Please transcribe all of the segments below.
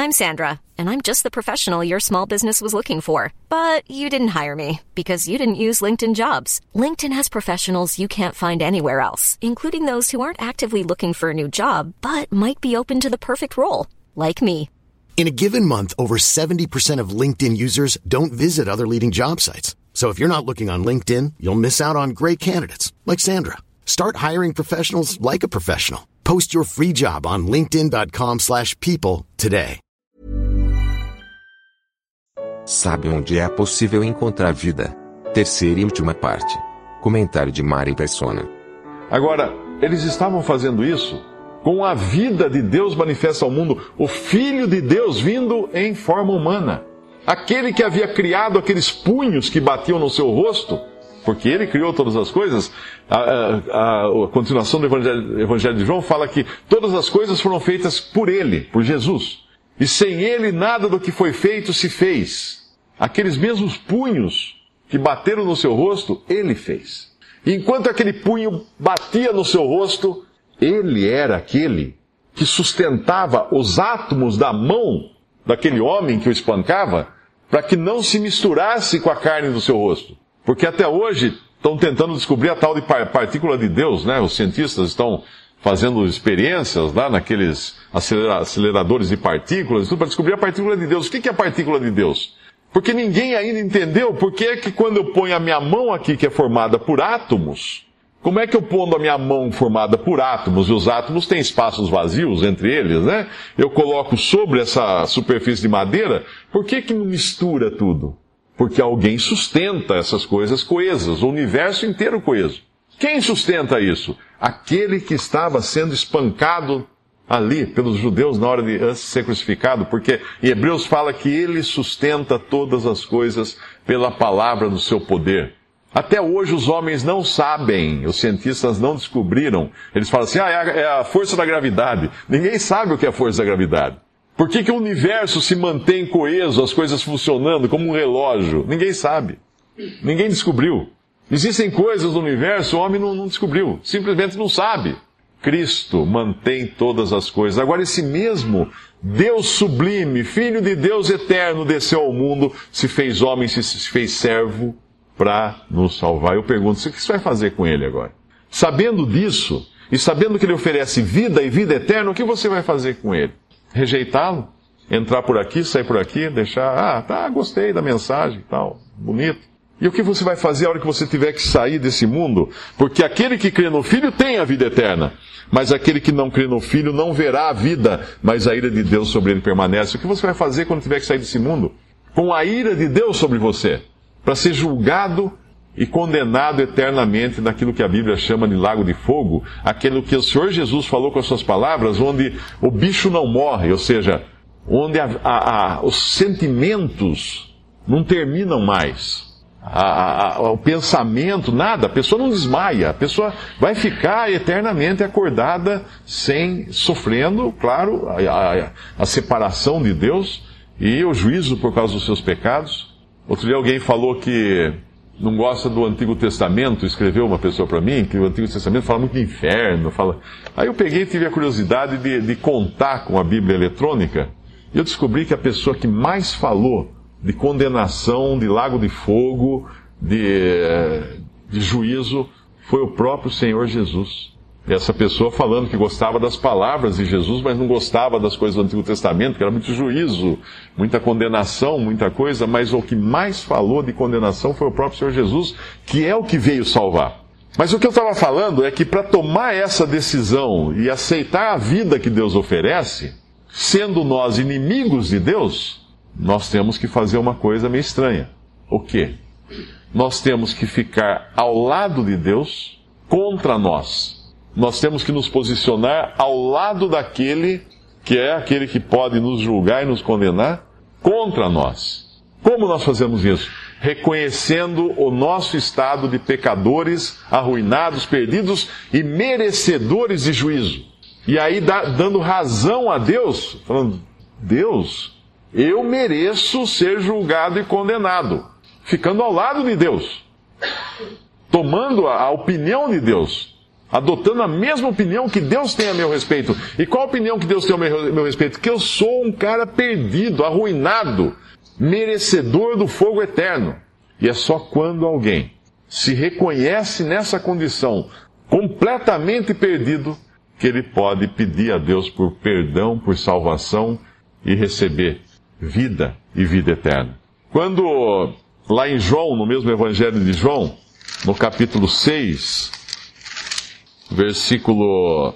I'm Sandra, and I'm just the professional your small business was looking for. But you didn't hire me because you didn't use LinkedIn Jobs. LinkedIn has professionals you can't find anywhere else, including those who aren't actively looking for a new job, but might be open to the perfect role, like me. In a given month, over 70% of LinkedIn users don't visit other leading job sites. So if you're not looking on LinkedIn, you'll miss out on great candidates, like Sandra. Start hiring professionals like a professional. Post your free job on linkedin.com/people today. Sabe onde é possível encontrar vida? Terceira e última parte. Comentário de Mari Persona. Agora, eles estavam fazendo isso com a vida de Deus manifesta ao mundo, o Filho de Deus vindo em forma humana. Aquele que havia criado aqueles punhos que batiam no seu rosto, porque ele criou todas as coisas. A continuação do Evangelho de João fala que todas as coisas foram feitas por ele, por Jesus. E sem ele nada do que foi feito se fez. Aqueles mesmos punhos que bateram no seu rosto, ele fez. E enquanto aquele punho batia no seu rosto, ele era aquele que sustentava os átomos da mão daquele homem que o espancava, para que não se misturasse com a carne do seu rosto. Porque até hoje estão tentando descobrir a tal de partícula de Deus, né? Os cientistas estão fazendo experiências lá naqueles aceleradores de partículas, tudo para descobrir a partícula de Deus. O que é a partícula de Deus? Porque ninguém ainda entendeu por que é que quando eu ponho a minha mão aqui, que é formada por átomos, como é que eu pondo a minha mão formada por átomos, e os átomos têm espaços vazios entre eles, né? Eu coloco sobre essa superfície de madeira, por que não mistura tudo? Porque alguém sustenta essas coisas coesas, o universo inteiro coeso. Quem sustenta isso? Aquele que estava sendo espancado ali pelos judeus na hora de ser crucificado, porque em Hebreus fala que ele sustenta todas as coisas pela palavra do seu poder. Até hoje os homens não sabem, os cientistas não descobriram. Eles falam assim, é a força da gravidade. Ninguém sabe o que é a força da gravidade. Por que o universo se mantém coeso, as coisas funcionando como um relógio? Ninguém sabe. Ninguém descobriu. Existem coisas no universo, o homem não descobriu. Simplesmente não sabe. Cristo mantém todas as coisas. Agora esse mesmo Deus sublime, Filho de Deus eterno, desceu ao mundo, se fez homem, se fez servo para nos salvar. Eu pergunto, o que você vai fazer com ele agora? Sabendo disso, e sabendo que ele oferece vida e vida eterna, o que você vai fazer com ele? Rejeitá-lo? Entrar por aqui, sair por aqui, deixar, gostei da mensagem e tal, bonito. E o que você vai fazer a hora que você tiver que sair desse mundo? Porque aquele que crê no Filho tem a vida eterna, mas aquele que não crê no Filho não verá a vida, mas a ira de Deus sobre ele permanece. O que você vai fazer quando tiver que sair desse mundo? Com a ira de Deus sobre você, para ser julgado e condenado eternamente naquilo que a Bíblia chama de lago de fogo, aquilo que o Senhor Jesus falou com as suas palavras, onde o bicho não morre, ou seja, onde os sentimentos não terminam mais, o pensamento, nada, a pessoa não desmaia, a pessoa vai ficar eternamente acordada, sofrendo, claro, a separação de Deus e o juízo por causa dos seus pecados. Outro dia alguém falou que não gosta do Antigo Testamento, escreveu uma pessoa para mim, que o Antigo Testamento fala muito de inferno, Aí eu peguei e tive a curiosidade de contar com a Bíblia eletrônica, e eu descobri que a pessoa que mais falou de condenação, de lago de fogo, de juízo, foi o próprio Senhor Jesus. E essa pessoa falando que gostava das palavras de Jesus, mas não gostava das coisas do Antigo Testamento, que era muito juízo, muita condenação, muita coisa, mas o que mais falou de condenação foi o próprio Senhor Jesus, que é o que veio salvar. Mas o que eu estava falando é que para tomar essa decisão e aceitar a vida que Deus oferece, sendo nós inimigos de Deus, nós temos que fazer uma coisa meio estranha. O quê? Nós temos que ficar ao lado de Deus contra nós. Nós temos que nos posicionar ao lado daquele que é aquele que pode nos julgar e nos condenar contra nós. Como nós fazemos isso? Reconhecendo o nosso estado de pecadores, arruinados, perdidos e merecedores de juízo. E aí dando razão a Deus, falando, Deus, eu mereço ser julgado e condenado. Ficando ao lado de Deus. Tomando a opinião de Deus. adotando a mesma opinião que Deus tem a meu respeito. E qual a opinião que Deus tem a meu respeito? Que eu sou um cara perdido, arruinado, merecedor do fogo eterno. E é só quando alguém se reconhece nessa condição, completamente perdido, que ele pode pedir a Deus por perdão, por salvação e receber vida e vida eterna. Quando, lá em João, no mesmo Evangelho de João, no capítulo 6, versículo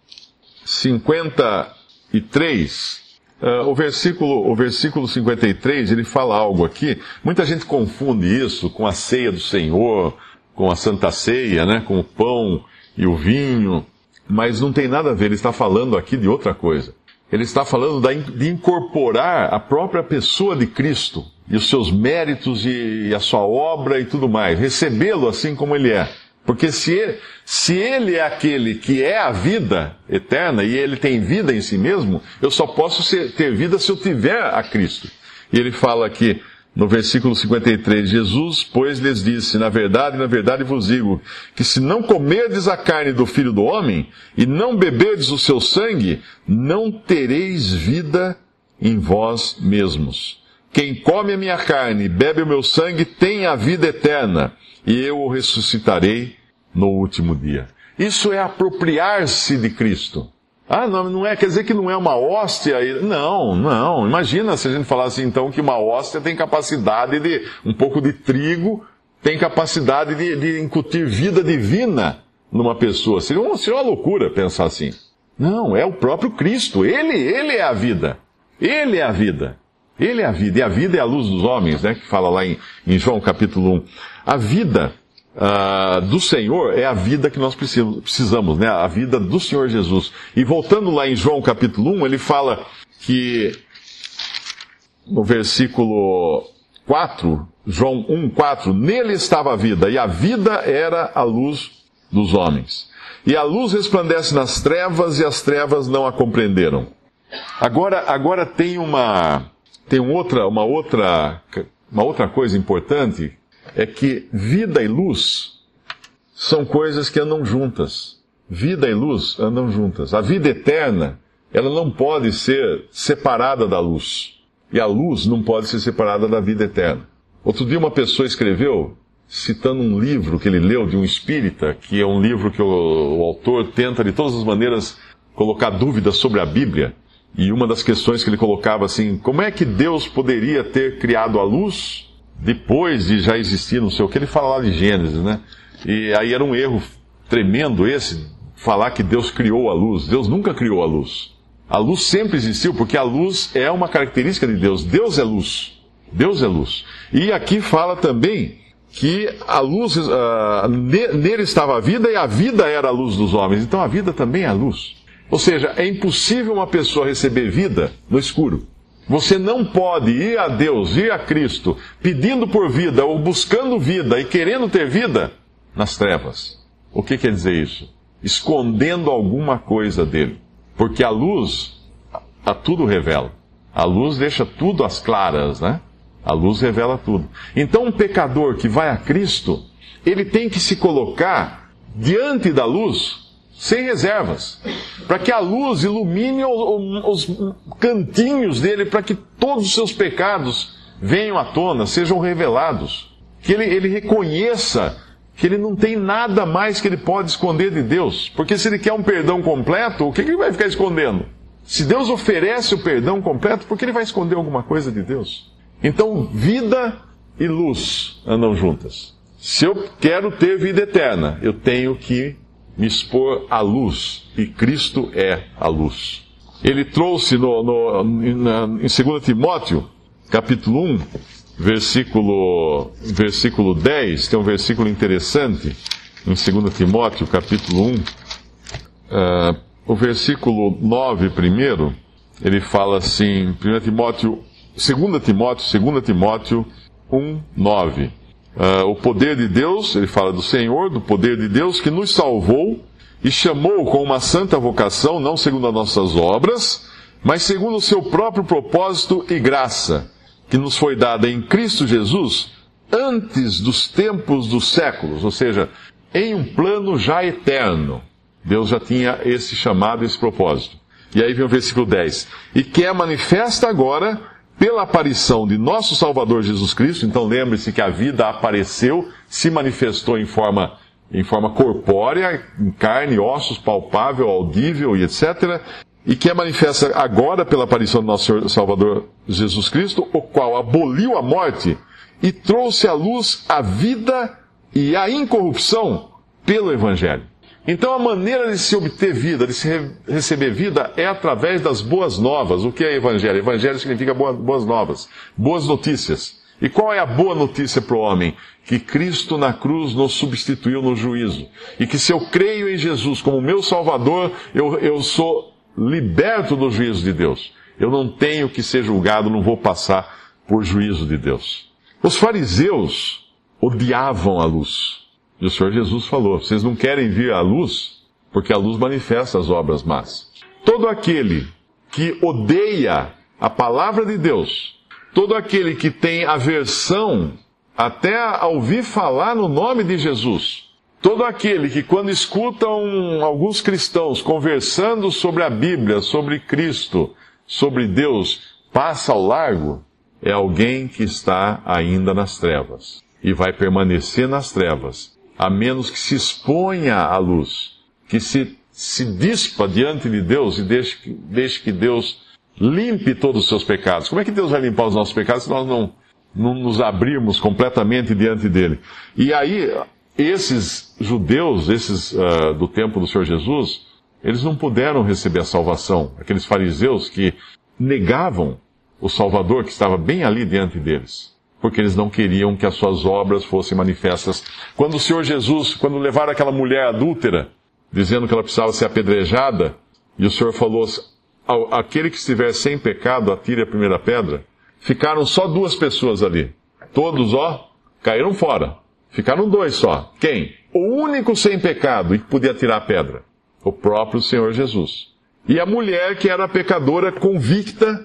53, o versículo 53, ele fala algo aqui. Muita gente confunde isso com a ceia do Senhor, com a Santa Ceia, né, com o pão e o vinho, mas não tem nada a ver. Ele está falando aqui de outra coisa. Ele está falando de incorporar a própria pessoa de Cristo e os seus méritos e a sua obra e tudo mais, recebê-lo assim como ele é. Porque se ele é aquele que é a vida eterna e ele tem vida em si mesmo, eu só posso ter vida se eu tiver a Cristo. E ele fala aqui no versículo 53, Jesus, pois, lhes disse, na verdade vos digo, que se não comerdes a carne do Filho do Homem e não beberdes o seu sangue, não tereis vida em vós mesmos. Quem come a minha carne e bebe o meu sangue tem a vida eterna, e eu o ressuscitarei no último dia. Isso é apropriar-se de Cristo. Não é, quer dizer que não é uma hóstia? Não. Imagina se a gente falasse então que uma hóstia tem capacidade de, um pouco de trigo, tem capacidade de incutir vida divina numa pessoa. Seria uma loucura pensar assim. Não, é o próprio Cristo. Ele é a vida. Ele é a vida. Ele é a vida. E a vida é a luz dos homens, né? Que fala lá em João capítulo 1. A vida do Senhor é a vida que nós precisamos, né? A vida do Senhor Jesus. E voltando lá em João capítulo 1, ele fala que no versículo 4, João 1:4, nele estava a vida, e a vida era a luz dos homens. E a luz resplandece nas trevas, e as trevas não a compreenderam. Agora tem uma outra coisa importante, é que vida e luz são coisas que andam juntas. Vida e luz andam juntas. A vida eterna, ela não pode ser separada da luz. E a luz não pode ser separada da vida eterna. Outro dia uma pessoa escreveu, citando um livro que ele leu de um espírita, que é um livro que o autor tenta de todas as maneiras colocar dúvidas sobre a Bíblia. E uma das questões que ele colocava assim, como é que Deus poderia ter criado a luz depois de já existir, não sei o que, ele fala lá de Gênesis, né? E aí era um erro tremendo esse, falar que Deus criou a luz. Deus nunca criou a luz. A luz sempre existiu, porque a luz é uma característica de Deus. Deus é luz. Deus é luz. E aqui fala também que a luz, nele estava a vida, e a vida era a luz dos homens. Então a vida também é a luz. Ou seja, é impossível uma pessoa receber vida no escuro. Você não pode ir a Deus, ir a Cristo, pedindo por vida, ou buscando vida e querendo ter vida nas trevas. O que quer dizer isso? Escondendo alguma coisa dele. Porque a luz, a tudo revela. A luz deixa tudo às claras, né? A luz revela tudo. Então um pecador que vai a Cristo, ele tem que se colocar diante da luz, sem reservas, para que a luz ilumine os cantinhos dele, para que todos os seus pecados venham à tona, sejam revelados. Que ele reconheça que ele não tem nada mais que ele pode esconder de Deus. Porque se ele quer um perdão completo, o que ele vai ficar escondendo? Se Deus oferece o perdão completo, por que ele vai esconder alguma coisa de Deus? Então, vida e luz andam juntas. Se eu quero ter vida eterna, eu tenho que me expor à luz, e Cristo é a luz. Ele trouxe em 2 Timóteo, capítulo 1, versículo 10, tem um versículo interessante, em 2 Timóteo, capítulo 1, o versículo 9 primeiro, ele fala assim, 2 Timóteo 1, 9. O poder de Deus, ele fala do Senhor, do poder de Deus que nos salvou e chamou com uma santa vocação, não segundo as nossas obras, mas segundo o seu próprio propósito e graça, que nos foi dada em Cristo Jesus antes dos tempos dos séculos. Ou seja, em um plano já eterno. Deus já tinha esse chamado, esse propósito. E aí vem o versículo 10. E que é manifesta agora pela aparição de nosso Salvador Jesus Cristo. Então lembre-se que a vida apareceu, se manifestou em forma corpórea, em carne, ossos, palpável, audível e etc. E que é manifesta agora pela aparição do nosso Salvador Jesus Cristo, o qual aboliu a morte e trouxe à luz a vida e a incorrupção pelo Evangelho. Então a maneira de se obter vida, de se receber vida, é através das boas novas. O que é Evangelho? Evangelho significa boas novas, boas notícias. E qual é a boa notícia para o homem? Que Cristo na cruz nos substituiu no juízo. E que se eu creio em Jesus como meu Salvador, eu sou liberto do juízo de Deus. Eu não tenho que ser julgado, não vou passar por juízo de Deus. Os fariseus odiavam a luz. E o Senhor Jesus falou, vocês não querem vir à luz, porque a luz manifesta as obras más. Todo aquele que odeia a palavra de Deus, todo aquele que tem aversão até a ouvir falar no nome de Jesus, todo aquele que quando escuta alguns cristãos conversando sobre a Bíblia, sobre Cristo, sobre Deus, passa ao largo, é alguém que está ainda nas trevas e vai permanecer nas trevas, a menos que se exponha à luz, que se dispa diante de Deus e deixe que Deus limpe todos os seus pecados. Como é que Deus vai limpar os nossos pecados se nós não nos abrirmos completamente diante dele? E aí, esses judeus, do tempo do Senhor Jesus, eles não puderam receber a salvação. Aqueles fariseus que negavam o Salvador que estava bem ali diante deles, porque eles não queriam que as suas obras fossem manifestas. Quando o Senhor Jesus, quando levaram aquela mulher adúltera, dizendo que ela precisava ser apedrejada, e o Senhor falou, aquele que estiver sem pecado, atire a primeira pedra, ficaram só 2 pessoas ali. Todos, caíram fora. Ficaram 2 só. Quem? O único sem pecado e que podia tirar a pedra. O próprio Senhor Jesus. E a mulher que era pecadora convicta,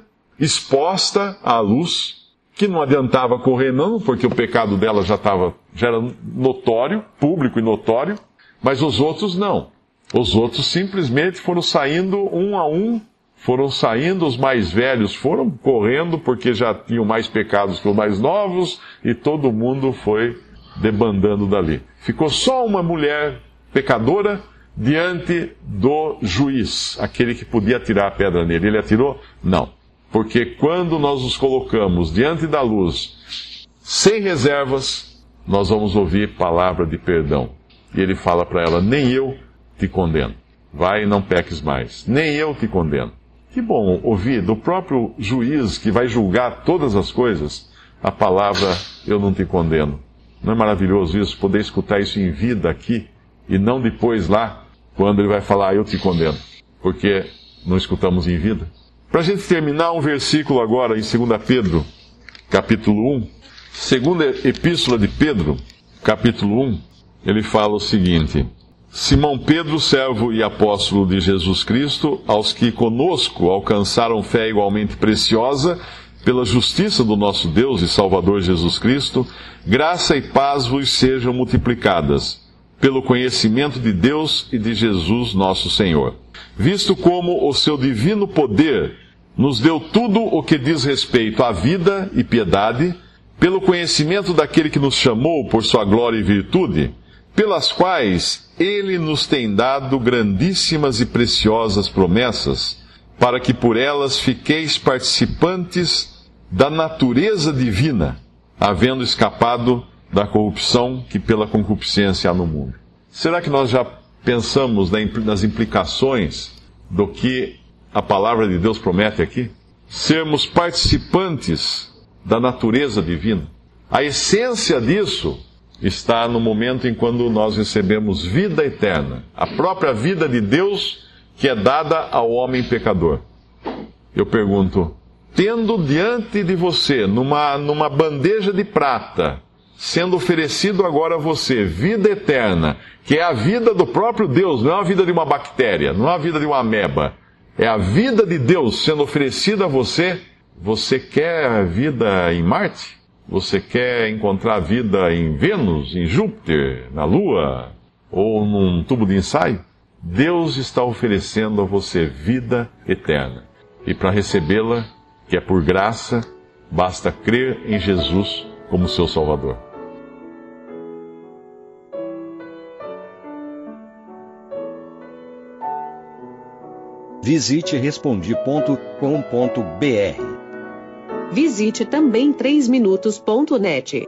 exposta à luz, que não adiantava correr não, porque o pecado dela já era notório, público e notório, mas os outros não. Os outros simplesmente foram saindo um a um, foram saindo, os mais velhos foram correndo, porque já tinham mais pecados que os mais novos, e todo mundo foi debandando dali. Ficou só uma mulher pecadora diante do juiz, aquele que podia atirar a pedra nele. Ele atirou? Não. Porque quando nós nos colocamos diante da luz, sem reservas, nós vamos ouvir palavra de perdão. E ele fala para ela, nem eu te condeno. Vai e não peques mais. Nem eu te condeno. Que bom ouvir do próprio juiz que vai julgar todas as coisas, a palavra, eu não te condeno. Não é maravilhoso isso? Poder escutar isso em vida aqui, e não depois lá, quando ele vai falar, eu te condeno. Porque não escutamos em vida. Para a gente terminar, um versículo agora em 2 Pedro, capítulo 1. Segunda epístola de Pedro, capítulo 1, ele fala o seguinte: Simão Pedro, servo e apóstolo de Jesus Cristo, aos que conosco alcançaram fé igualmente preciosa, pela justiça do nosso Deus e Salvador Jesus Cristo, graça e paz vos sejam multiplicadas, pelo conhecimento de Deus e de Jesus nosso Senhor. Visto como o seu divino poder nos deu tudo o que diz respeito à vida e piedade, pelo conhecimento daquele que nos chamou por sua glória e virtude, pelas quais ele nos tem dado grandíssimas e preciosas promessas, para que por elas fiqueis participantes da natureza divina, havendo escapado da corrupção que pela concupiscência há no mundo. Será que nós já pensamos nas implicações do que a palavra de Deus promete aqui? Sermos participantes da natureza divina. A essência disso está no momento em quando nós recebemos vida eterna. A própria vida de Deus que é dada ao homem pecador. Eu pergunto, tendo diante de você, numa bandeja de prata, sendo oferecido agora a você vida eterna, que é a vida do próprio Deus, não é a vida de uma bactéria, não é a vida de uma ameba, é a vida de Deus sendo oferecida a você. Você quer vida em Marte? Você quer encontrar vida em Vênus, em Júpiter, na Lua? ou num tubo de ensaio, Deus está oferecendo a você vida eterna. E para recebê-la, que é por graça, basta crer em Jesus como seu Salvador. Visite Respondi.com.br. Visite também 3minutos.net.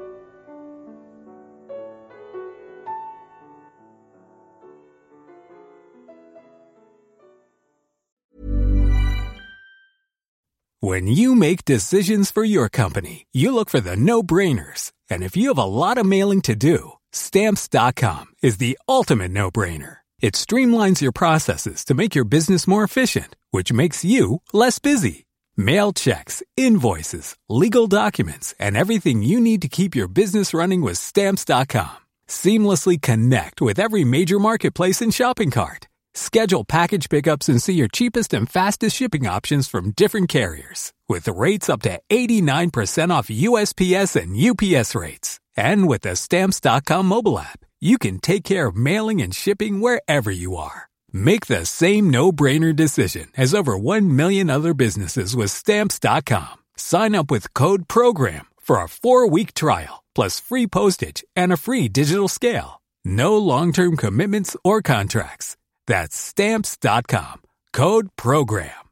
When you make decisions for your company, you look for the no-brainers. And if you have a lot of mailing to do, Stamps.com is the ultimate no-brainer. It streamlines your processes to make your business more efficient, which makes you less busy. Mail checks, invoices, legal documents, and everything you need to keep your business running with Stamps.com. Seamlessly connect with every major marketplace and shopping cart. Schedule package pickups and see your cheapest and fastest shipping options from different carriers, with rates up to 89% off USPS and UPS rates. And with the Stamps.com mobile app, you can take care of mailing and shipping wherever you are. Make the same no-brainer decision as over 1 million other businesses with Stamps.com. Sign up with code PROGRAM for a 4-week trial, plus free postage and a free digital scale. No long-term commitments or contracts. That's Stamps.com. Code PROGRAM.